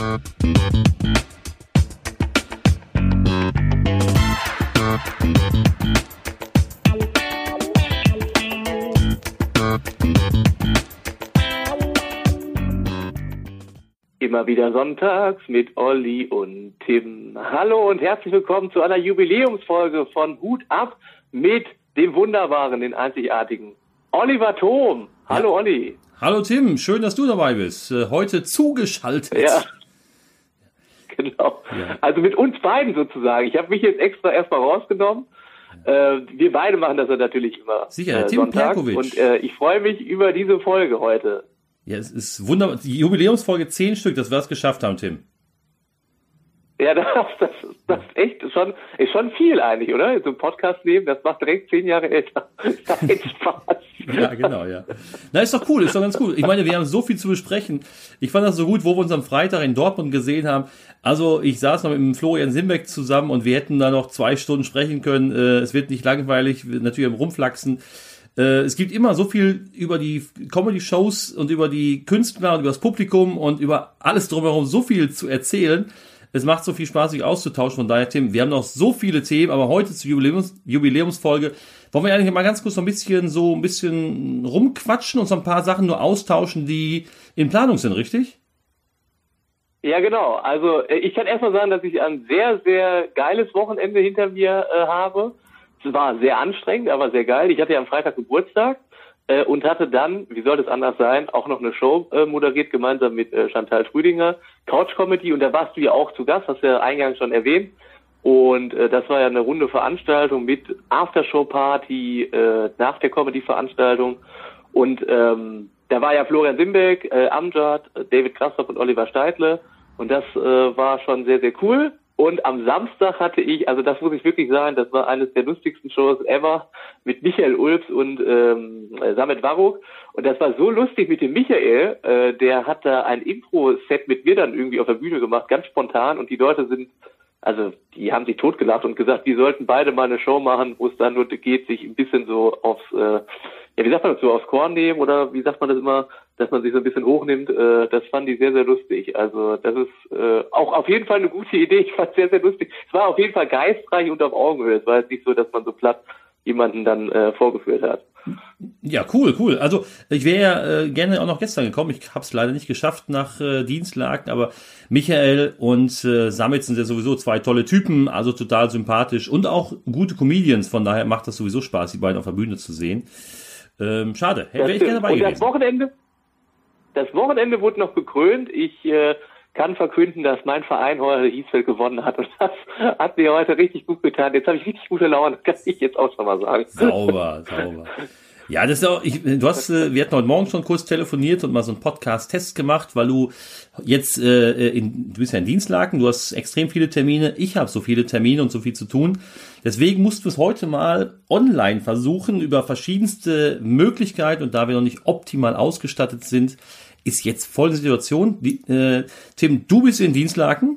Immer wieder sonntags mit Olli und Tim. Hallo und herzlich willkommen zu einer Jubiläumsfolge von Hut ab mit dem wunderbaren, den einzigartigen Oliver Thom. Hallo ja. Olli. Hallo Tim, schön, dass du dabei bist. Heute zugeschaltet. Ja, genau. Ja. Also mit uns beiden sozusagen. Ich habe mich jetzt extra erstmal rausgenommen. Wir beide machen das ja natürlich immer. Sicher, Tim Sonntag. Perkovic. Und ich freue mich über diese Folge heute. Ja, es ist wunderbar. Die Jubiläumsfolge 10 Stück, dass wir es geschafft haben, Tim. Ja, das ist echt ist schon viel eigentlich, oder? So ein Podcast nehmen, das macht direkt 10 Jahre älter. Das macht Spaß. Ja, genau, ja. Na, ist doch cool, ist doch ganz cool. Ich meine, wir haben so viel zu besprechen. Ich fand das so gut, wo wir uns am Freitag in Dortmund gesehen haben. Also, ich saß noch mit dem Florian Simbeck zusammen und wir hätten da noch 2 Stunden sprechen können. Es wird nicht langweilig, natürlich am Rumflachsen. Es gibt immer so viel über die Comedy-Shows und über die Künstler und über das Publikum und über alles drumherum so viel zu erzählen. Es macht so viel Spaß, sich auszutauschen. Von daher, Tim, wir haben noch so viele Themen, aber heute zur Jubiläumsfolge wollen wir eigentlich mal ganz kurz so ein bisschen rumquatschen und so ein paar Sachen nur austauschen, die in Planung sind, richtig? Ja, genau. Also ich kann erstmal sagen, dass ich ein sehr, sehr geiles Wochenende hinter mir habe. Es war sehr anstrengend, aber sehr geil. Ich hatte ja am Freitag Geburtstag und hatte dann, wie sollte es anders sein, auch noch eine Show moderiert, gemeinsam mit Chantal Trüdinger, Couch Comedy, und da warst du ja auch zu Gast, hast du ja eingangs schon erwähnt. Und das war ja eine runde Veranstaltung mit Aftershow-Party nach der Comedy-Veranstaltung. Und da war ja Florian Simbeck, Amjad, David Krassoff und Oliver Steidle. Und das war schon sehr, sehr cool. Und am Samstag hatte ich, also das muss ich wirklich sagen, das war eines der lustigsten Shows ever, mit Michael Ulbs und Samet Waruk. Und das war so lustig mit dem Michael, der hat da ein Impro-Set mit mir dann irgendwie auf der Bühne gemacht, ganz spontan. Und die Leute die haben sich totgelacht und gesagt, die sollten beide mal eine Show machen, wo es dann nur geht, sich ein bisschen so aufs, wie sagt man das, so aufs Korn nehmen, oder wie sagt man das immer, dass man sich so ein bisschen hochnimmt. Das fand ich sehr, sehr lustig. Also das ist auch auf jeden Fall eine gute Idee. Ich fand es sehr, sehr lustig. Es war auf jeden Fall geistreich und auf Augenhöhe. Es war jetzt nicht so, dass man so platt jemanden dann vorgeführt hat. Ja, cool. Also ich wäre gerne auch noch gestern gekommen. Ich habe es leider nicht geschafft nach Dienstlagen, aber Michael und Samet sind ja sowieso 2 tolle Typen, also total sympathisch und auch gute Comedians. Von daher macht das sowieso Spaß, die beiden auf der Bühne zu sehen. Schade, wäre ich gerne dabei gewesen. Und das Wochenende wurde noch gekrönt. Ich kann verkünden, dass mein Verein heute Hiesfeld gewonnen hat, und das hat mir heute richtig gut getan. Jetzt habe ich richtig gute Laune, kann ich jetzt auch schon mal sagen. Sauber. Ja, das ist auch, wir hatten heute Morgen schon kurz telefoniert und mal so einen Podcast-Test gemacht, weil du jetzt, du bist ja in Dienstlagen, du hast extrem viele Termine, ich habe so viele Termine und so viel zu tun. Deswegen mussten wir es heute mal online versuchen, über verschiedenste Möglichkeiten, und da wir noch nicht optimal ausgestattet sind, ist jetzt folgende Situation. Tim, du bist in Dienstlagen.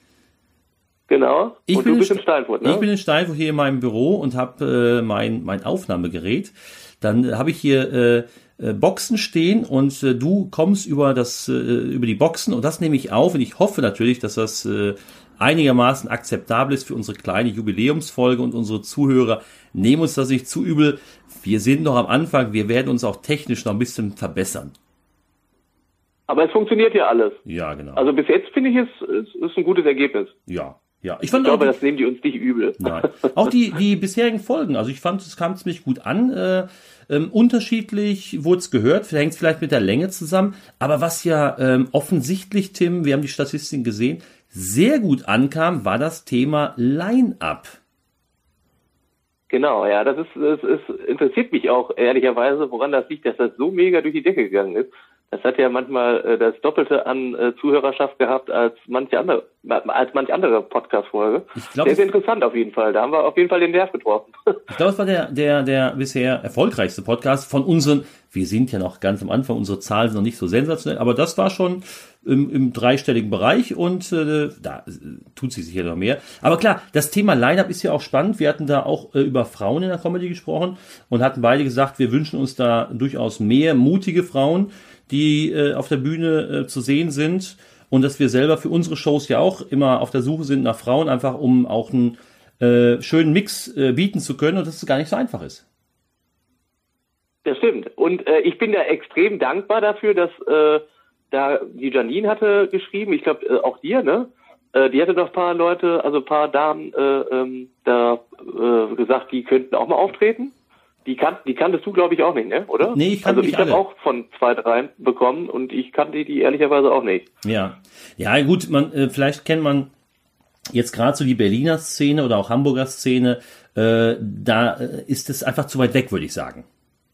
Genau. Und du bist in Steinfurt, ne? Ich bin in Steinfurt hier in meinem Büro und habe mein Aufnahmegerät. Dann habe ich hier Boxen stehen und du kommst über die Boxen, und das nehme ich auf, und ich hoffe natürlich, dass das einigermaßen akzeptabel ist für unsere kleine Jubiläumsfolge, und unsere Zuhörer nehmen uns das nicht zu übel. Wir sind noch am Anfang, wir werden uns auch technisch noch ein bisschen verbessern. Aber es funktioniert ja alles. Ja, genau. Also bis jetzt finde ich, es ist ein gutes Ergebnis. Ja. Ich glaube, das nehmen die uns nicht übel. Nein. Auch die bisherigen Folgen, also ich fand, es kam ziemlich gut an. Unterschiedlich wurde es gehört, hängt vielleicht mit der Länge zusammen. Aber was ja offensichtlich, Tim, wir haben die Statistiken gesehen, sehr gut ankam, war das Thema Line-Up. Genau, ja, das interessiert mich auch ehrlicherweise, woran das liegt, dass das so mega durch die Decke gegangen ist. Das hat ja manchmal das Doppelte an Zuhörerschaft gehabt als manche andere Podcast-Folge. Sehr, sehr interessant auf jeden Fall. Da haben wir auf jeden Fall den Nerv getroffen. Ich glaube, es war der bisher erfolgreichste Podcast von unseren. Wir sind ja noch ganz am Anfang, unsere Zahlen sind noch nicht so sensationell, aber das war schon im dreistelligen Bereich, und da tut sich sicher noch mehr. Aber klar, das Thema Line-Up ist ja auch spannend. Wir hatten da auch über Frauen in der Comedy gesprochen und hatten beide gesagt, wir wünschen uns da durchaus mehr mutige Frauen, die auf der Bühne zu sehen sind. und dass wir selber für unsere Shows ja auch immer auf der Suche sind nach Frauen, einfach um auch einen schönen Mix bieten zu können und dass es gar nicht so einfach ist. Das stimmt. Und ich bin da extrem dankbar dafür, dass da die Janine hatte geschrieben, ich glaube auch dir, ne? Die hatte doch ein paar Leute, also ein paar Damen gesagt, die könnten auch mal auftreten. Die kanntest du, glaube ich, auch nicht, ne? Oder? Nee, ich kannte nicht alle. Also ich habe auch von 2, 3 bekommen und ich kannte die ehrlicherweise auch nicht. Ja, gut, vielleicht kennt man jetzt gerade so die Berliner Szene oder auch Hamburger Szene, da ist es einfach zu weit weg, würde ich sagen.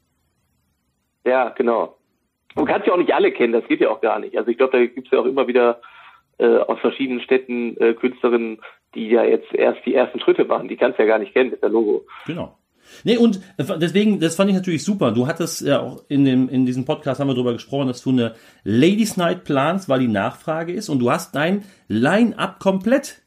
Ja, genau. Du kannst ja auch nicht alle kennen, das geht ja auch gar nicht. Also ich glaube, da gibt's ja auch immer wieder aus verschiedenen Städten Künstlerinnen, die ja jetzt erst die ersten Schritte machen. Die kannst du ja gar nicht kennen mit der Logo. Genau. Nee, und deswegen, das fand ich natürlich super. Du hattest ja auch in diesem Podcast haben wir darüber gesprochen, dass du eine Ladies Night planst, weil die Nachfrage ist und du hast dein Line-Up komplett.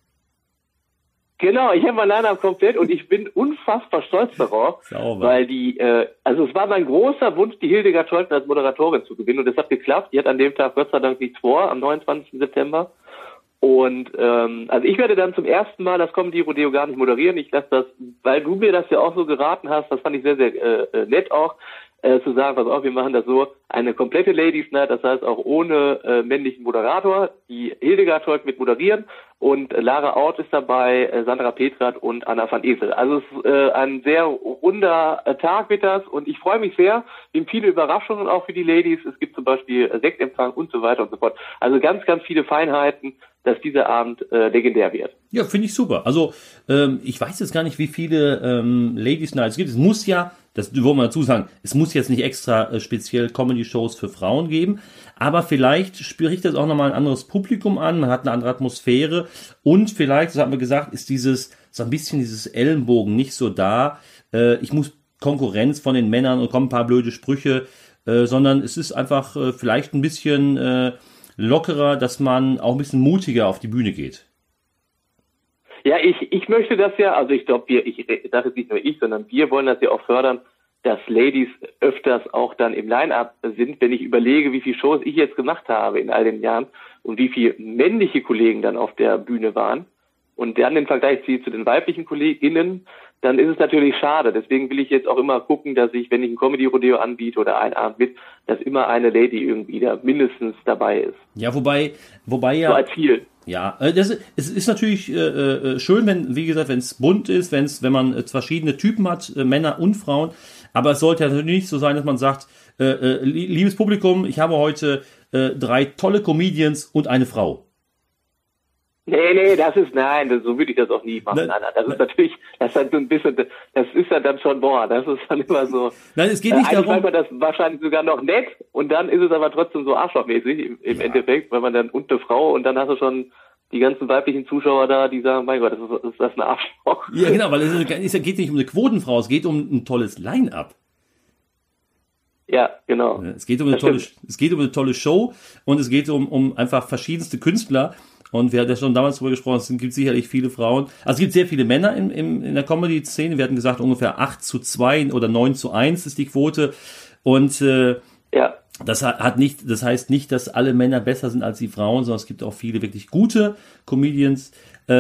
Genau, ich habe mein Line-Up komplett und ich bin unfassbar stolz darauf, Sauber. weil also es war mein großer Wunsch, die Hildegard Scholten als Moderatorin zu gewinnen und das hat geklappt. Die hat an dem Tag Gott sei Dank nichts vor, am 29. September. Und also ich werde dann zum ersten Mal das Comedy Rodeo gar nicht moderieren. Ich lasse das, weil du mir das ja auch so geraten hast, das fand ich sehr, sehr nett auch, zu sagen, pass auf, wir machen das so, eine komplette Ladies Night, das heißt auch ohne männlichen Moderator. Die Hildegard Scholten mit moderieren und Lara Out ist dabei, Sandra Petrat und Anna van Esel. Also es ist ein sehr runder Tag wird das und ich freue mich sehr. Wir haben viele Überraschungen auch für die Ladies. Es gibt zum Beispiel Sektempfang und so weiter und so fort. Also ganz, ganz viele Feinheiten, dass dieser Abend legendär wird. Ja, finde ich super. Also ich weiß jetzt gar nicht, wie viele Ladies Nights es gibt. Es muss ja, das wollen wir dazu sagen, es muss jetzt nicht extra speziell Comedy-Shows für Frauen geben, aber vielleicht spricht das auch nochmal ein anderes Publikum an, man hat eine andere Atmosphäre und vielleicht, das haben wir gesagt, ist so ein bisschen dieses Ellenbogen nicht so da. Ich muss Konkurrenz von den Männern und kommen ein paar blöde Sprüche, sondern es ist einfach vielleicht ein bisschen lockerer, dass man auch ein bisschen mutiger auf die Bühne geht. Ja, ich möchte das ja, also ich glaube, ich sage jetzt nicht nur ich, sondern wir wollen das ja auch fördern, dass Ladies öfters auch dann im Line-Up sind, wenn ich überlege, wie viele Shows ich jetzt gemacht habe in all den Jahren und wie viele männliche Kollegen dann auf der Bühne waren und dann den Vergleich ziehe zu den weiblichen Kolleginnen, dann ist es natürlich schade. Deswegen will ich jetzt auch immer gucken, dass ich, wenn ich ein Comedy-Rodeo anbiete oder einen Abend mit, dass immer eine Lady irgendwie da mindestens dabei ist. Ja, wobei ja... So als Ziel. Ja, es ist natürlich schön, wenn, wie gesagt, wenn es bunt ist, wenn man verschiedene Typen hat, Männer und Frauen. Aber es sollte ja natürlich nicht so sein, dass man sagt, liebes Publikum, ich habe heute 3 tolle Comedians und eine Frau. Nee, so würde ich das auch nie machen. Nein, das ist natürlich, das ist dann so ein bisschen, das ist ja dann schon, das ist dann immer so. Nein, es geht nicht darum. Eigentlich man das wahrscheinlich sogar noch nett und dann ist es aber trotzdem so arschlochmäßig im Endeffekt, weil man dann und eine Frau und dann hast du schon die ganzen weiblichen Zuschauer da, die sagen, mein Gott, ist das ein Arschloch. Ja, genau, weil es geht nicht um eine Quotenfrau, es geht um ein tolles Line-Up. Ja, genau. Es geht um eine tolle Show und es geht um einfach verschiedenste Künstler. Und wir hatten ja schon damals darüber gesprochen, es gibt sicherlich viele Frauen. Also es gibt sehr viele Männer in der Comedy-Szene. Wir hatten gesagt, ungefähr 8:2 oder 9:1 ist die Quote. Und das heißt nicht, dass alle Männer besser sind als die Frauen, sondern es gibt auch viele wirklich gute Comedians.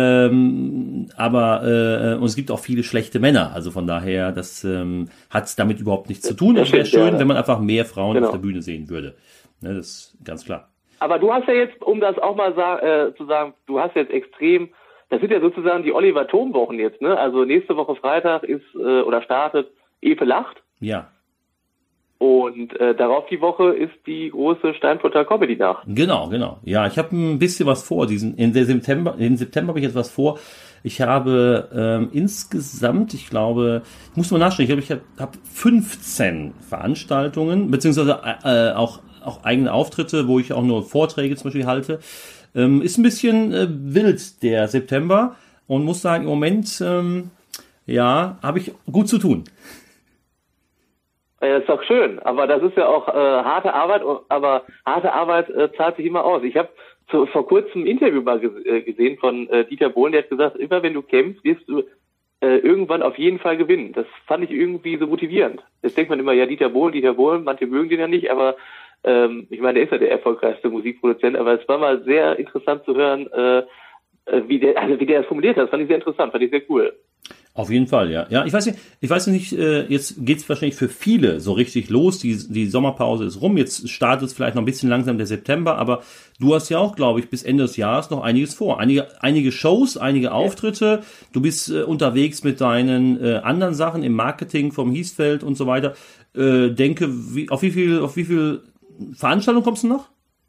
Aber es gibt auch viele schlechte Männer. Also von daher, das hat damit überhaupt nichts zu tun. Es wäre schön, wenn man einfach mehr Frauen auf der Bühne sehen würde. Ne, das ist ganz klar. Aber du hast ja jetzt, um das auch mal zu sagen, du hast jetzt extrem, das sind ja sozusagen die Oliver Thom-Wochen jetzt, ne? Also nächste Woche Freitag ist oder startet Epe lacht. Ja. Und darauf die Woche ist die große Steinfurter Comedy Nacht. Genau. Ja, ich habe ein bisschen was vor. In September habe ich jetzt was vor. Ich habe insgesamt, ich glaube, ich muss mal nachschauen, ich habe 15 Veranstaltungen, beziehungsweise auch eigene Auftritte, wo ich auch nur Vorträge zum Beispiel halte. Ist ein bisschen wild, der September. Und muss sagen, im Moment, habe ich gut zu tun. Ja, ist doch schön. Aber das ist ja auch harte Arbeit, aber harte Arbeit zahlt sich immer aus. Ich habe vor kurzem ein Interview mal gesehen von Dieter Bohlen, der hat gesagt, immer wenn du kämpfst, wirst du irgendwann auf jeden Fall gewinnen. Das fand ich irgendwie so motivierend. Jetzt denkt man immer, ja, Dieter Bohlen, manche mögen den ja nicht, aber Ich meine, der ist ja der erfolgreichste Musikproduzent, aber es war mal sehr interessant zu hören, wie der das formuliert hat. Das fand ich sehr interessant, fand ich sehr cool. Auf jeden Fall, ja. Ja, ich weiß nicht, jetzt geht's wahrscheinlich für viele so richtig los. Die Sommerpause ist rum. Jetzt startet es vielleicht noch ein bisschen langsam der September, aber du hast ja auch, glaube ich, bis Ende des Jahres noch einiges vor. Einige Shows, einige Auftritte. Du bist unterwegs mit deinen anderen Sachen im Marketing vom Hiesfeld und so weiter. Denke, auf wie viel Veranstaltungen kommst du noch?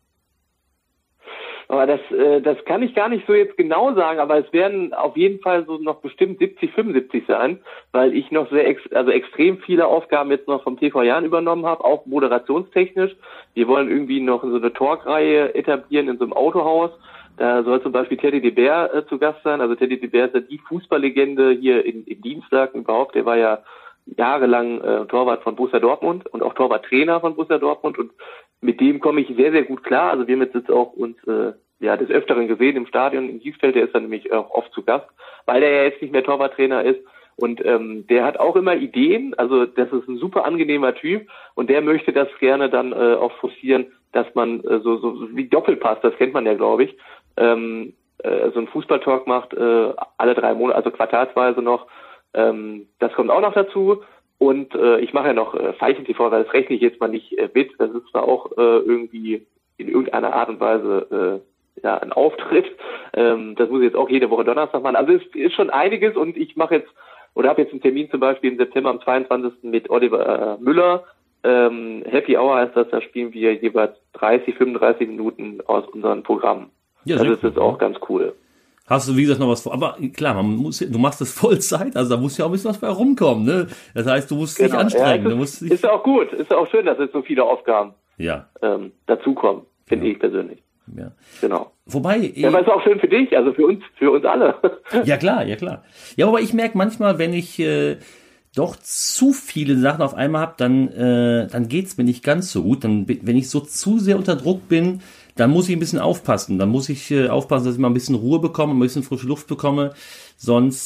Aber das kann ich gar nicht so jetzt genau sagen, aber es werden auf jeden Fall so noch bestimmt 70, 75 sein, weil ich noch extrem viele Aufgaben jetzt noch vom TV Jan übernommen habe, auch moderationstechnisch. Wir wollen irgendwie noch so eine Talkreihe etablieren in so einem Autohaus. Da soll zum Beispiel Teddy de Beer zu Gast sein. Also Teddy de Beer ist ja die Fußballlegende hier in Dienstlaken überhaupt. Der war ja jahrelang Torwart von Borussia Dortmund und auch Torwarttrainer von Borussia Dortmund, und mit dem komme ich sehr, sehr gut klar. Also wir haben jetzt auch uns des Öfteren gesehen im Stadion in Hiesfeld. Der ist dann nämlich auch oft zu Gast, weil der ja jetzt nicht mehr Torwarttrainer ist. Und der hat auch immer Ideen. Also das ist ein super angenehmer Typ, und der möchte das gerne dann auch forcieren, dass man so wie Doppelpass, das kennt man ja, glaube ich, so einen Fußballtalk macht alle 3 Monate, also quartalsweise noch. Das kommt auch noch dazu. Und ich mache ja noch Veilchen TV, weil das rechne ich jetzt mal nicht mit. Das ist zwar auch irgendwie in irgendeiner Art und Weise ein Auftritt. Das muss ich jetzt auch jede Woche Donnerstag machen. Also es ist schon einiges, und ich mache jetzt oder habe jetzt einen Termin zum Beispiel im September am 22. mit Oliver Müller. Happy Hour heißt das, da spielen wir jeweils 30, 35 Minuten aus unseren Programmen. Ja, das ist jetzt auch ganz cool. Hast du, wie gesagt, noch was vor? Aber klar, du machst das Vollzeit, also da muss ja auch ein bisschen was bei rumkommen, ne? Das heißt, du musst dich anstrengen. Ja, ist ja auch gut. Ist ja auch schön, dass jetzt so viele Aufgaben dazukommen, finde ich persönlich. Ja. Genau. Wobei. Ja, aber ist auch schön für dich, also für uns alle. Ja, klar. Ja, aber ich merke manchmal, wenn ich doch zu viele Sachen auf einmal habe, dann geht's mir nicht ganz so gut. Wenn ich so zu sehr unter Druck bin, dann muss ich ein bisschen aufpassen. Dann muss ich aufpassen, dass ich mal ein bisschen Ruhe bekomme, ein bisschen frische Luft bekomme. Sonst,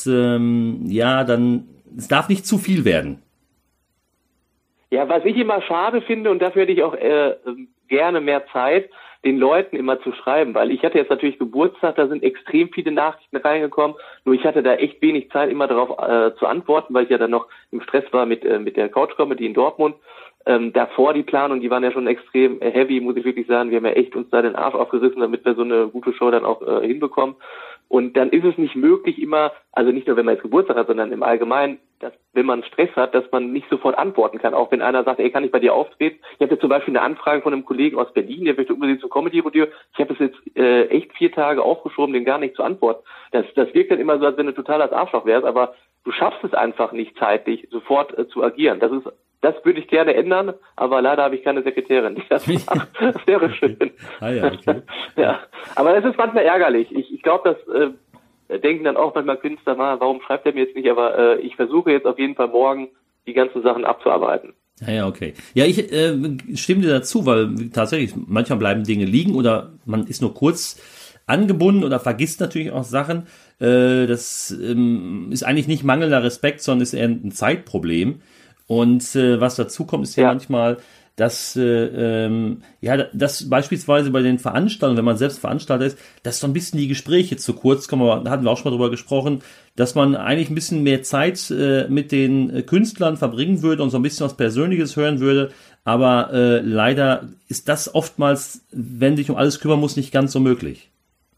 es darf nicht zu viel werden. Ja, was ich immer schade finde, und dafür hätte ich auch gerne mehr Zeit, den Leuten immer zu schreiben, weil ich hatte jetzt natürlich Geburtstag, da sind extrem viele Nachrichten reingekommen, nur ich hatte da echt wenig Zeit, immer darauf zu antworten, weil ich ja dann noch im Stress war mit der Couch Comedy in Dortmund. Davor die Planung, die waren ja schon extrem heavy, muss ich wirklich sagen. Wir haben ja echt uns da den Arsch aufgerissen, damit wir so eine gute Show dann auch hinbekommen. Und dann ist es nicht möglich immer, also nicht nur wenn man jetzt Geburtstag hat, sondern im Allgemeinen, dass wenn man Stress hat, dass man nicht sofort antworten kann. Auch wenn einer sagt, ey, kann ich bei dir auftreten? Ich habe jetzt zum Beispiel eine Anfrage von einem Kollegen aus Berlin, der möchte unbedingt zum Comedy-Rodeo. Ich habe es jetzt echt 4 Tage aufgeschoben, den gar nicht zu antworten. Das wirkt dann immer so, als wenn du total das Arschloch wärst, aber du schaffst es einfach nicht zeitlich, sofort zu agieren. Das würde ich gerne ändern, aber leider habe ich keine Sekretärin, die das macht. Das wäre schön. Ah ja, okay. Ja, aber es ist manchmal ärgerlich. Ich glaube, das denken dann auch manchmal Künstler mal, warum schreibt er mir jetzt nicht? Aber ich versuche jetzt auf jeden Fall morgen die ganzen Sachen abzuarbeiten. Ja, okay. Ja, ich stimme dir dazu, weil tatsächlich manchmal bleiben Dinge liegen oder man ist nur kurz angebunden oder vergisst natürlich auch Sachen. Das ist eigentlich nicht mangelnder Respekt, sondern ist eher ein Zeitproblem. Und was dazu kommt, ist ja manchmal, dass dass beispielsweise bei den Veranstaltungen, wenn man selbst Veranstalter ist, dass so ein bisschen die Gespräche zu kurz kommen. Aber da hatten wir auch schon mal drüber gesprochen, dass man eigentlich ein bisschen mehr Zeit mit den Künstlern verbringen würde und so ein bisschen was Persönliches hören würde. Aber leider ist das oftmals, wenn dich um alles kümmern muss, nicht ganz so möglich.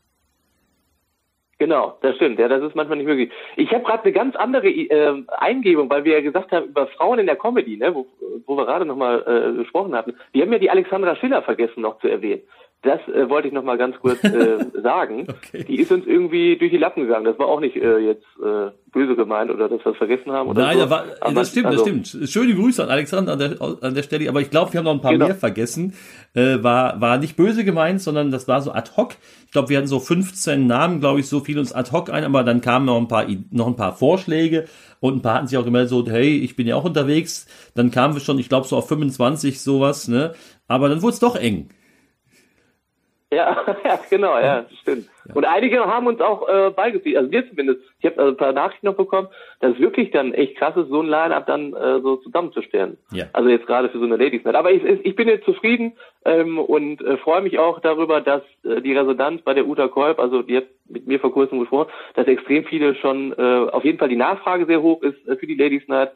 Genau, das stimmt. Ja, das ist manchmal nicht möglich. Ich habe gerade eine ganz andere Eingebung, weil wir ja gesagt haben über Frauen in der Comedy, ne, wo wir gerade nochmal gesprochen hatten. Wir haben ja die Alexandra Schiller vergessen noch zu erwähnen. Das wollte ich noch mal ganz kurz sagen. Okay. Die ist uns irgendwie durch die Lappen gegangen. Das war auch nicht jetzt böse gemeint oder dass wir es vergessen haben. Oder nein, so. Das stimmt. Schöne Grüße an Alexander an der Stelle. Aber ich glaube, wir haben noch ein paar mehr vergessen. War nicht böse gemeint, sondern das war so ad hoc. Ich glaube, wir hatten so 15 Namen, glaube ich, so fiel uns ad hoc ein. Aber dann kamen noch ein paar Vorschläge. Und ein paar hatten sich auch gemeldet, so, hey, ich bin ja auch unterwegs. Dann kamen wir schon, ich glaube, so auf 25 sowas. Ne? Aber dann wurde es doch eng. Ja, ja, genau, ja, stimmt. Ja. Und einige haben uns auch beigefügt, also wir zumindest, ich habe also ein paar Nachrichten noch bekommen, dass es wirklich dann echt krass ist, so ein Line-Up dann so zusammenzustellen. Ja. Also jetzt gerade für so eine Ladies Night. Aber ich bin jetzt zufrieden und freue mich auch darüber, dass die Resonanz bei der Uta Kolb, also die hat mit mir vor kurzem gesprochen, dass extrem viele schon, auf jeden Fall die Nachfrage sehr hoch ist für die Ladies Night.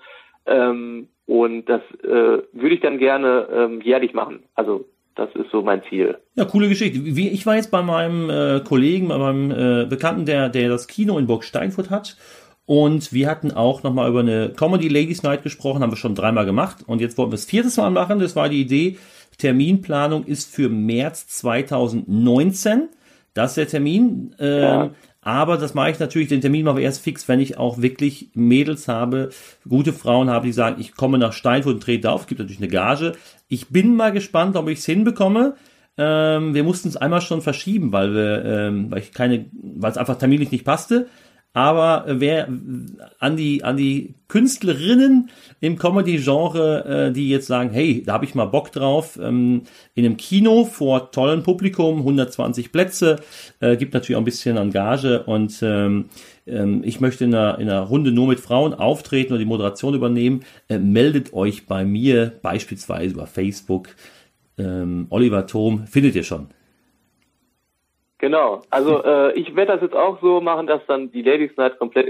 Und das würde ich dann gerne jährlich machen. Also das ist so mein Ziel. Ja, coole Geschichte. Ich war jetzt bei meinem Kollegen, bei meinem Bekannten, der das Kino in Burg Steinfurt hat. Und wir hatten auch nochmal über eine Comedy Ladies Night gesprochen, haben wir schon 3-mal gemacht. Und jetzt wollten wir das 4. Mal machen. Das war die Idee. Terminplanung ist für März 2019. Das ist der Termin. Ja. Aber das mache ich natürlich, den Termin mache ich erst fix, wenn ich auch wirklich Mädels habe, gute Frauen habe, die sagen, ich komme nach Steinfurt und trete auf. Es gibt natürlich eine Gage. Ich bin mal gespannt, ob ich es hinbekomme. Wir mussten es einmal schon verschieben, weil es einfach terminlich nicht passte. Aber wer an die Künstlerinnen im Comedy-Genre, die jetzt sagen, hey, da habe ich mal Bock drauf, in einem Kino vor tollem Publikum, 120 Plätze, gibt natürlich auch ein bisschen an Gage und ich möchte in einer Runde nur mit Frauen auftreten oder die Moderation übernehmen, meldet euch bei mir, beispielsweise über Facebook, Oliver Thom, findet ihr schon. Genau, also ich werde das jetzt auch so machen, dass dann die Ladies Night komplett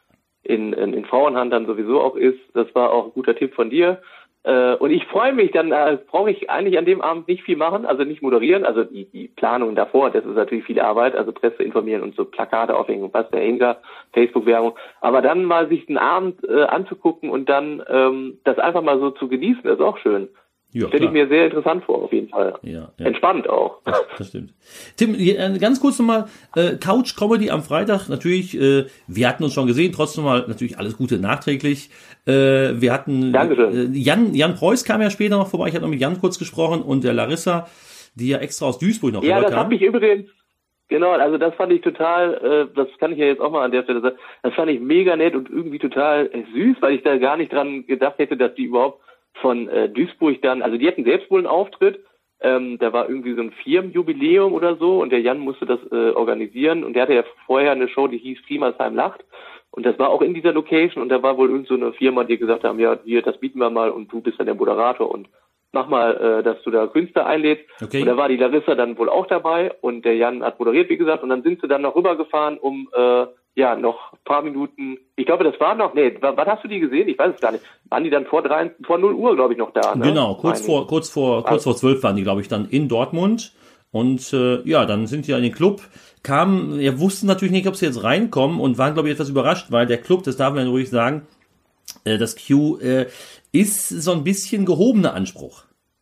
in Frauenhand dann sowieso auch ist. Das war auch ein guter Tipp von dir. Und ich freue mich, dann brauche ich eigentlich an dem Abend nicht viel machen, also nicht moderieren, also die Planung davor, das ist natürlich viel Arbeit, also Presse informieren und so Plakate aufhängen und was der Henker, Facebook-Werbung. Aber dann mal sich den Abend anzugucken und dann das einfach mal so zu genießen, ist auch schön. Ja, stelle ich mir sehr interessant vor, auf jeden Fall. Ja. Entspannt auch. Das stimmt. Tim, ganz kurz nochmal, Couch Comedy am Freitag, natürlich, wir hatten uns schon gesehen, trotzdem mal natürlich alles Gute nachträglich. Wir hatten Jan Preuß kam ja später noch vorbei, ich hatte noch mit Jan kurz gesprochen und der Larissa, die ja extra aus Duisburg noch vorbei kam. Ja, das habe ich übrigens, genau, also das fand ich total, das kann ich ja jetzt auch mal an der Stelle sagen, das fand ich mega nett und irgendwie total süß, weil ich da gar nicht dran gedacht hätte, dass die überhaupt von Duisburg dann, also die hatten selbst wohl einen Auftritt, da war irgendwie so ein Firmenjubiläum oder so und der Jan musste das organisieren und der hatte ja vorher eine Show, die hieß Friemersheim lacht und das war auch in dieser Location und da war wohl irgend so eine Firma, die gesagt haben, ja, hier, das bieten wir mal und du bist dann der Moderator und mach mal, dass du da Künstler einlädst. Okay. Und da war die Larissa dann wohl auch dabei und der Jan hat moderiert, wie gesagt, und dann sind sie dann noch rübergefahren, um noch ein paar Minuten, ich glaube, das war noch, wann hast du die gesehen? Ich weiß es gar nicht. Waren die dann vor 0 Uhr, glaube ich, noch da? Ne? Genau, kurz vor 12 waren die, glaube ich, dann in Dortmund. Und dann sind die in den Club, wussten natürlich nicht, ob sie jetzt reinkommen und waren, glaube ich, etwas überrascht, weil der Club, das darf man ruhig sagen, das Q ist so ein bisschen gehobener Anspruch.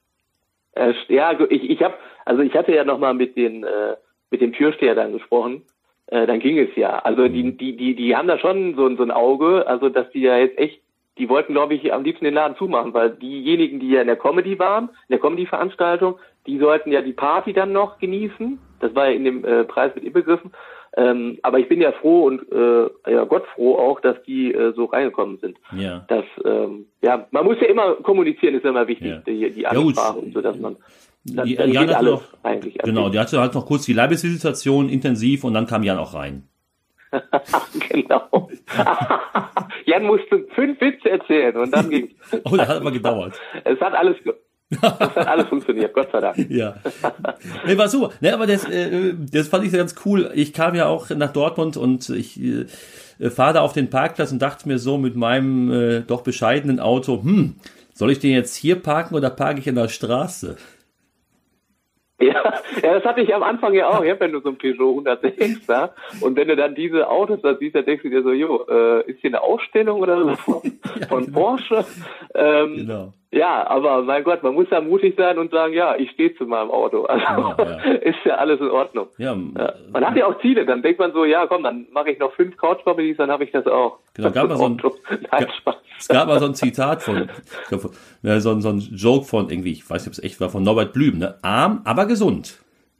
Ja, ich hatte ja nochmal mit dem Türsteher dann gesprochen. Dann ging es ja. Also die haben da schon so ein Auge, also dass die ja jetzt echt, die wollten, glaube ich, am liebsten den Laden zumachen, weil diejenigen, die ja in der Comedy waren, in der Comedy-Veranstaltung, die sollten ja die Party dann noch genießen. Das war ja in dem Preis mit inbegriffen. Aber ich bin ja froh und Gott froh auch, dass die so reingekommen sind. Ja. Man muss ja immer kommunizieren, ist ja immer wichtig, die Ansprache und so, dass man Jan hatte noch, genau, die hatte halt noch kurz die Leibesvisitation intensiv und dann kam Jan auch rein. Genau. Jan musste 5 Witze erzählen und dann ging's. Oh, das hat aber gedauert. Es hat alles funktioniert, Gott sei Dank. Ja. War super. Aber das fand ich ganz cool. Ich kam ja auch nach Dortmund und ich fahre da auf den Parkplatz und dachte mir so mit meinem doch bescheidenen Auto, soll ich den jetzt hier parken oder parke ich in der Straße? Ja, das hatte ich am Anfang ja auch. Ich habe ja nur so ein Peugeot 106 da. Und wenn du dann diese Autos da siehst, dann denkst du dir so, ist hier eine Ausstellung oder so von Porsche? Genau. Ja, aber mein Gott, man muss ja mutig sein und sagen, ja, ich stehe zu meinem Auto. Also ist ja alles in Ordnung. Ja. Man hat ja auch Ziele. Dann denkt man so, ja komm, dann mache ich noch 5 Couch-Comedies, dann habe ich das auch. Genau, es gab mal so ein Zitat so ein Joke von irgendwie, ich weiß nicht, ob es echt war, von Norbert Blüm, ne? Arm, aber gesund.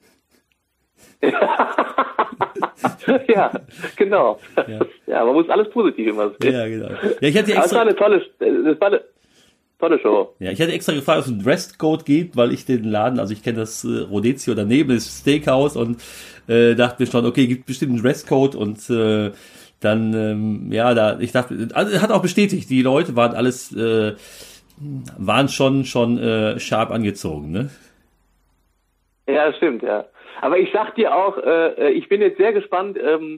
Ja, genau. Ja, man muss alles positiv immer sehen. Ja, genau. Ja, ich hatte extra, das war eine tolle, tolle Show. Ja, ich hatte extra gefragt, ob es einen Dresscode gibt, weil ich den Laden, also ich kenne das Rodezio daneben, das Steakhouse und dachte mir schon, okay, gibt bestimmt einen Dresscode und dann, ich dachte, also hat auch bestätigt, die Leute waren alles, waren schon scharf angezogen, ne? Ja, das stimmt, ja. Aber ich sag dir auch, ich bin jetzt sehr gespannt,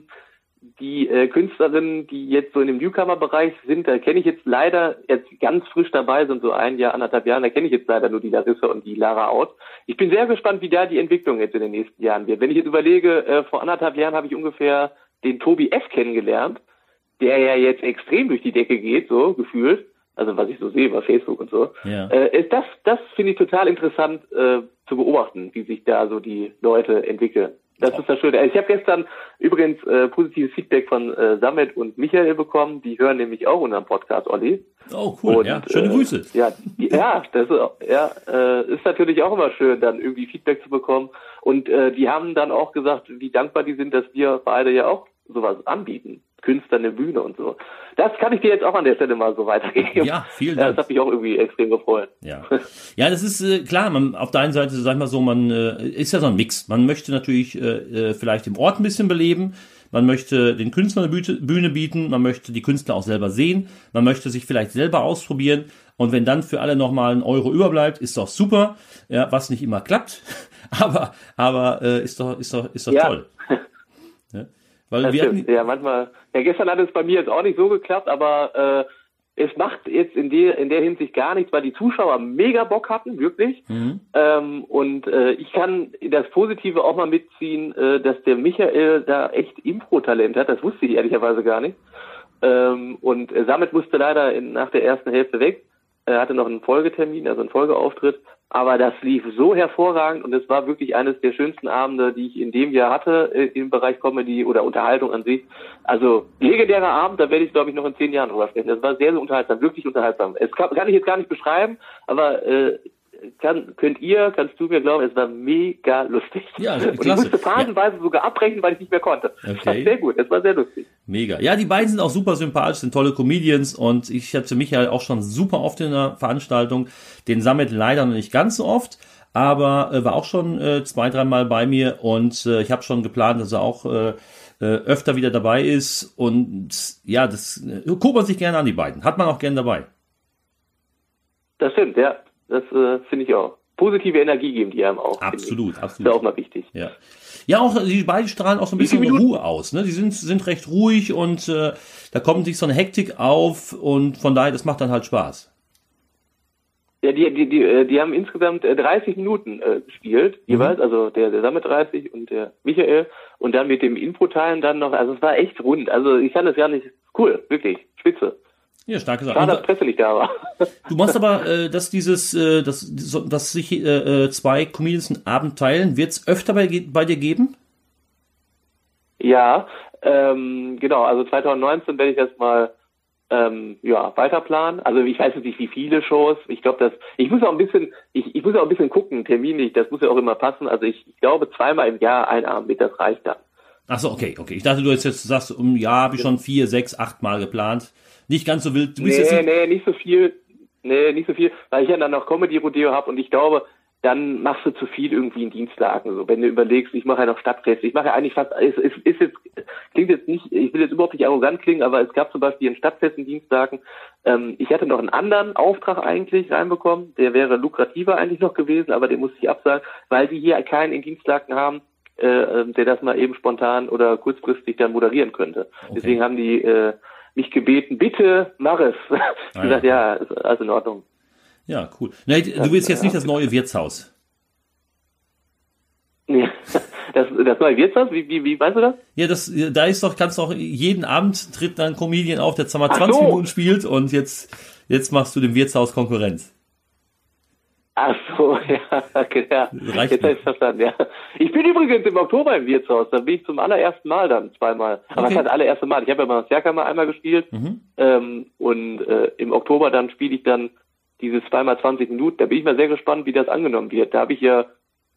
die Künstlerinnen, die jetzt so in dem Newcomer-Bereich sind, da kenne ich jetzt leider, jetzt ganz frisch dabei sind, so 1 Jahr, 1,5 Jahren, da kenne ich jetzt leider nur die Larissa und die Lara Out. Ich bin sehr gespannt, wie da die Entwicklung jetzt in den nächsten Jahren wird. Wenn ich jetzt überlege, vor 1,5 Jahren habe ich ungefähr den Tobi F. kennengelernt, der ja jetzt extrem durch die Decke geht, so gefühlt. Also was ich so sehe über Facebook und so. Ja. Das finde ich total interessant zu beobachten, wie sich da so die Leute entwickeln. Das ist das Schöne. Ich habe gestern übrigens positives Feedback von Samet und Michael bekommen. Die hören nämlich auch unseren Podcast, Olli. Oh, cool. Und, ja, schöne Grüße. Das ist natürlich auch immer schön, dann irgendwie Feedback zu bekommen. Und die haben dann auch gesagt, wie dankbar die sind, dass wir beide ja auch sowas anbieten. Künstler eine Bühne und so. Das kann ich dir jetzt auch an der Stelle mal so weitergeben. Ja, vielen Dank. Das hat mich auch irgendwie extrem gefreut. Ja, das ist klar, man auf der einen Seite, sag ich mal so, man ist ja so ein Mix. Man möchte natürlich vielleicht im Ort ein bisschen beleben, man möchte den Künstlern eine Bühne bieten, man möchte die Künstler auch selber sehen, man möchte sich vielleicht selber ausprobieren und wenn dann für alle nochmal 1 Euro überbleibt, ist doch super, ja, was nicht immer klappt, aber ist doch toll. Ja. Weil ja, manchmal. Ja, gestern hat es bei mir jetzt auch nicht so geklappt, aber es macht jetzt in der Hinsicht gar nichts, weil die Zuschauer mega Bock hatten, wirklich. Mhm. Ich kann das Positive auch mal mitziehen, dass der Michael da echt Impro-Talent hat. Das wusste ich ehrlicherweise gar nicht. Und Samet musste leider nach der ersten Hälfte weg. Er hatte noch einen Folgetermin, also einen Folgeauftritt. Aber das lief so hervorragend und es war wirklich eines der schönsten Abende, die ich in dem Jahr hatte im Bereich Comedy oder Unterhaltung an sich. Also legendärer Abend, da werde ich glaube ich noch in 10 Jahren drüber sprechen. Das war sehr, sehr unterhaltsam, wirklich unterhaltsam. Es kann ich jetzt gar nicht beschreiben, aber kannst du mir glauben, es war mega lustig. Ja, klasse. Und ich musste phasenweise sogar abbrechen, weil ich nicht mehr konnte. Okay. Das war sehr gut, es war sehr lustig. Mega. Ja, die beiden sind auch super sympathisch, sind tolle Comedians und ich hatte Michael auch schon super oft in der Veranstaltung, den Samet leider noch nicht ganz so oft, aber war auch schon 2-3 Mal bei mir und ich habe schon geplant, dass er auch öfter wieder dabei ist und ja, das guckt man sich gerne an, die beiden. Hat man auch gerne dabei. Das stimmt, ja. Das finde ich auch. Positive Energie geben die einem auch. Absolut. Das ist auch mal wichtig. Ja, auch die beiden strahlen auch so ein bisschen Ruhe aus. Ne? Die sind recht ruhig und da kommt nicht so eine Hektik auf und von daher, das macht dann halt Spaß. Ja, die haben insgesamt 30 Minuten gespielt, jeweils, also der Samet 30 und der Michael und dann mit dem Intro-Teilen dann noch, also es war echt rund. Also ich fand das gar nicht cool, wirklich, spitze. Ja, stark gesagt. Schade, dass Presse nicht da war. Du machst aber, dass sich 2 Comedians einen Abend teilen, wird's öfter bei dir geben? Ja, genau. Also 2019 werde ich das mal weiter planen. Also ich weiß nicht, wie viele Shows. Ich glaube, ich muss auch ein bisschen gucken, terminlich. Das muss ja auch immer passen. Also ich glaube 2-mal im Jahr ein Abend mit, das reicht dann. Ach so, okay. Ich dachte, du jetzt sagst, im Jahr habe ich schon 4, 6, 8 Mal geplant. Nicht ganz so wild. Nicht so viel, weil ich ja dann noch Comedy-Rodeo habe und ich glaube, dann machst du zu viel irgendwie in Dienstlagen. So, wenn du überlegst, ich mache ja noch Stadtfeste, ich mache ja eigentlich fast, klingt jetzt nicht, ich will jetzt überhaupt nicht arrogant klingen, aber es gab zum Beispiel ein Stadtfest in Dienstlagen. Ich hatte noch einen anderen Auftrag eigentlich reinbekommen, der wäre lukrativer eigentlich noch gewesen, aber den musste ich absagen, weil die hier keinen in Dienstlagen haben, der das mal eben spontan oder kurzfristig dann moderieren könnte. Okay. Deswegen haben die mich gebeten, bitte mach es. Ich gesagt, ja, ist alles in Ordnung. Ja, cool. Nee, du willst jetzt nicht das neue Wirtshaus. Nee, das neue Wirtshaus? Wie meinst du das? Ja, da ist doch, kannst du auch jeden Abend tritt dann ein Comedian auf, der zwar mal 20 Minuten spielt und jetzt machst du dem Wirtshaus Konkurrenz. Ach so, ja, okay, ja. Jetzt habe ich verstanden, ja. Ich bin übrigens im Oktober im Wirtshaus, da bin ich zum allerersten Mal dann 2-mal. Aber das heißt allererste Mal. Ich habe ja bei Masjaka mal einmal gespielt und im Oktober dann spiele ich dann diese 2-mal 20 Minuten. Da bin ich mal sehr gespannt, wie das angenommen wird. Da habe ich ja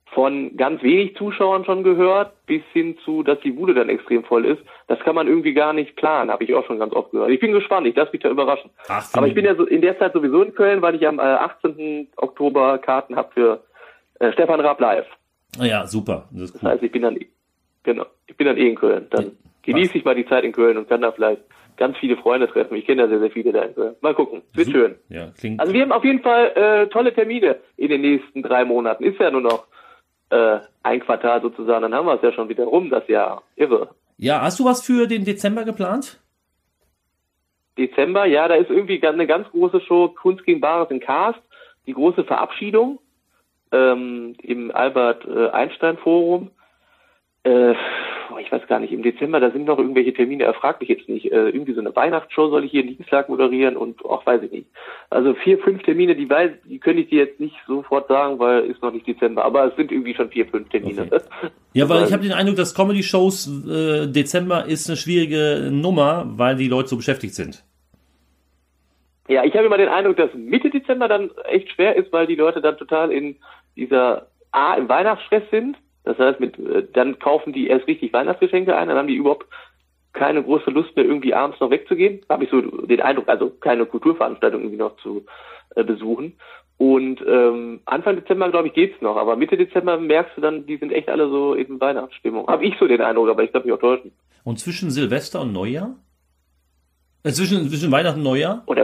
von ganz wenig Zuschauern schon gehört, bis hin zu, dass die Bude dann extrem voll ist. Das kann man irgendwie gar nicht planen, habe ich auch schon ganz oft gehört. Ich bin gespannt, ich lasse mich da überraschen. Aber ich bin ja so in der Zeit sowieso in Köln, weil ich am 18. Oktober Karten habe für Stefan Raab live. Ja, super. Das ist cool. Das heißt, ich bin dann in Köln. Dann genieße ich mal die Zeit in Köln und kann da vielleicht ganz viele Freunde treffen. Ich kenne ja sehr, sehr viele da in Köln. Mal gucken. Wird schön. Ja, klingt. Also wir haben auf jeden Fall tolle Termine in den nächsten 3 Monaten. Ist ja nur noch ein Quartal sozusagen. Dann haben wir es ja schon wieder rum, das Jahr. Irre. Ja, hast du was für den Dezember geplant? Dezember, ja, da ist irgendwie eine ganz große Show, Kunst gegen Bares in Karst. Die große Verabschiedung im Albert Einstein Forum. Ich weiß gar nicht, im Dezember, da sind noch irgendwelche Termine, frag mich jetzt nicht. Irgendwie so eine Weihnachtsshow soll ich hier in Dienstag moderieren und weiß ich nicht. Also 4, 5 Termine, die könnte ich dir jetzt nicht sofort sagen, weil ist noch nicht Dezember, aber es sind irgendwie schon 4, 5 Termine. Okay. Ja, weil ich habe den Eindruck, dass Comedy-Shows Dezember ist eine schwierige Nummer, weil die Leute so beschäftigt sind. Ja, ich habe immer den Eindruck, dass Mitte Dezember dann echt schwer ist, weil die Leute dann total in im Weihnachtsstress sind. Das heißt, dann kaufen die erst richtig Weihnachtsgeschenke ein, dann haben die überhaupt keine große Lust mehr, irgendwie abends noch wegzugehen. Da habe ich so den Eindruck, also keine Kulturveranstaltung irgendwie noch zu besuchen. Und Anfang Dezember, glaube ich, geht's noch, aber Mitte Dezember merkst du dann, die sind echt alle so in Weihnachtsstimmung. Habe ich so den Eindruck, aber ich glaube, mich auch täuschen. Und zwischen Silvester und Neujahr? Zwischen Weihnachten und Neujahr? Und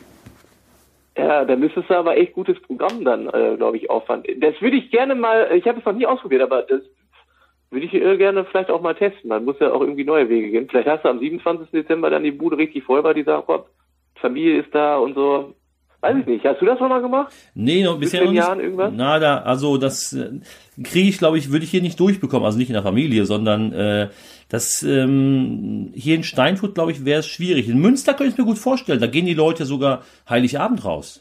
da müsstest du aber echt gutes Programm dann, glaube ich, aufwand. Das würde ich gerne mal, ich habe es noch nie ausprobiert, aber das würde ich gerne vielleicht auch mal testen. Man muss ja auch irgendwie neue Wege gehen. Vielleicht hast du am 27. Dezember dann die Bude richtig voll, weil die sagen, Familie ist da und so. Weiß ich nicht. Hast du das schon mal gemacht? Nee, noch bisher noch nicht. Jahren irgendwas? Nada, also das kriege ich, glaube ich, würde ich hier nicht durchbekommen. Also nicht in der Familie, sondern hier in Steinfurt, glaube ich, wäre es schwierig. In Münster könnte ich es mir gut vorstellen. Da gehen die Leute sogar Heiligabend raus.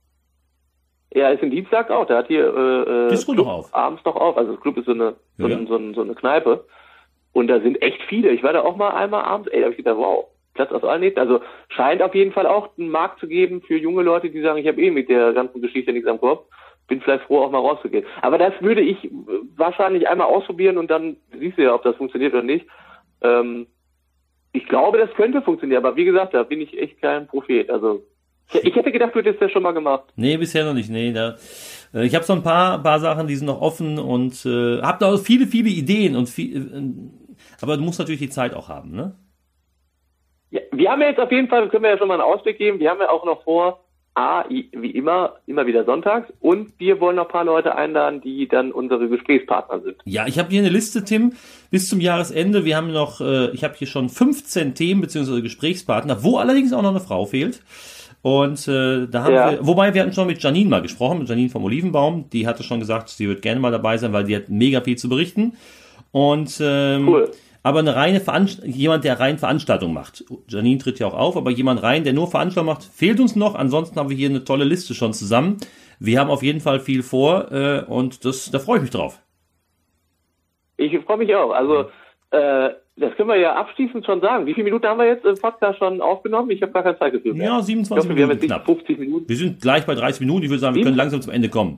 Ja, ist in Dienstag auch. Da hat hier Disco Club noch auf. Abends noch auf. Also das Club ist so eine Kneipe. Und da sind echt viele. Ich war da auch mal einmal abends. Da habe ich gedacht, wow, Platz aus allen Nähten. Also scheint auf jeden Fall auch einen Markt zu geben für junge Leute, die sagen, ich habe mit der ganzen Geschichte nichts am Kopf. Bin vielleicht froh, auch mal rauszugehen. Aber das würde ich wahrscheinlich einmal ausprobieren und dann siehst du ja, ob das funktioniert oder nicht. Ich glaube, das könnte funktionieren. Aber wie gesagt, da bin ich echt kein Prophet. Also ich hätte gedacht, du hättest das schon mal gemacht. Nee, bisher noch nicht. Nee, ich habe so ein paar Sachen, die sind noch offen und habe da auch viele Ideen aber du musst natürlich die Zeit auch haben, ne? Ja, wir haben ja jetzt auf jeden Fall, können wir ja schon mal einen Ausblick geben, wir haben ja auch noch vor, wie immer wieder sonntags und wir wollen noch ein paar Leute einladen, die dann unsere Gesprächspartner sind. Ja, ich habe hier eine Liste, Tim, bis zum Jahresende. Wir haben noch, ich habe hier schon 15 Themen bzw. Gesprächspartner, wo allerdings auch noch eine Frau fehlt. Und da haben wir, wobei wir hatten schon mit Janine mal gesprochen, mit Janine vom Olivenbaum, die hatte schon gesagt, sie wird gerne mal dabei sein, weil die hat mega viel zu berichten. Und cool. Aber jemand, der rein Veranstaltung macht. Janine tritt ja auch auf, aber jemand rein, der nur Veranstaltung macht, fehlt uns noch. Ansonsten haben wir hier eine tolle Liste schon zusammen. Wir haben auf jeden Fall viel vor und da freue ich mich drauf. Ich freue mich auch. Also das können wir ja abschließend schon sagen. Wie viele Minuten haben wir jetzt im Podcast schon aufgenommen? Ich habe gar kein Zeitgefühl mehr. Ja, 27 Minuten. Wir haben jetzt knapp 50 Minuten. Wir sind gleich bei 30 Minuten. Ich würde sagen, wir können langsam zum Ende kommen.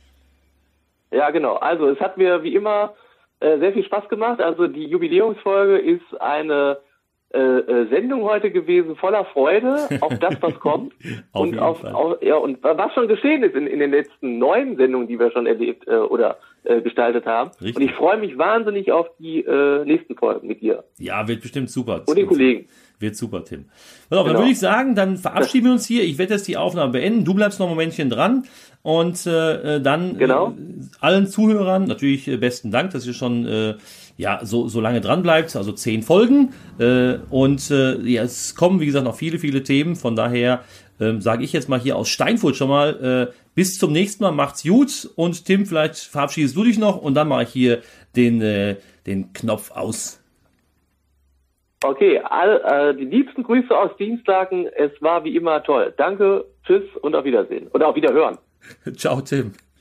Ja, genau. Also es hat mir wie immer sehr viel Spaß gemacht. Also die Jubiläumsfolge ist eine Sendung heute gewesen voller Freude auf das, was kommt und und was schon geschehen ist in den letzten 9 Sendungen, die wir schon erlebt oder gestaltet haben. Richtig. Und ich freue mich wahnsinnig auf die nächsten Folgen mit dir. Ja, wird bestimmt super. Und den Kollegen. Wird super, Tim. Dann würde ich sagen, dann verabschieden wir uns hier. Ich werde jetzt die Aufnahme beenden. Du bleibst noch ein Momentchen dran. Und dann allen Zuhörern natürlich besten Dank, dass ihr schon so lange dran bleibt. Also 10 Folgen. Es kommen, wie gesagt, noch viele Themen. Von daher sage ich jetzt mal hier aus Steinfurt schon mal bis zum nächsten Mal. Macht's gut. Und Tim, vielleicht verabschiedest du dich noch. Und dann mache ich hier den Knopf aus. Okay, die liebsten Grüße aus Dienstlaken. Es war wie immer toll. Danke, tschüss und auf Wiedersehen. Oder auf Wiederhören. Ciao, Tim.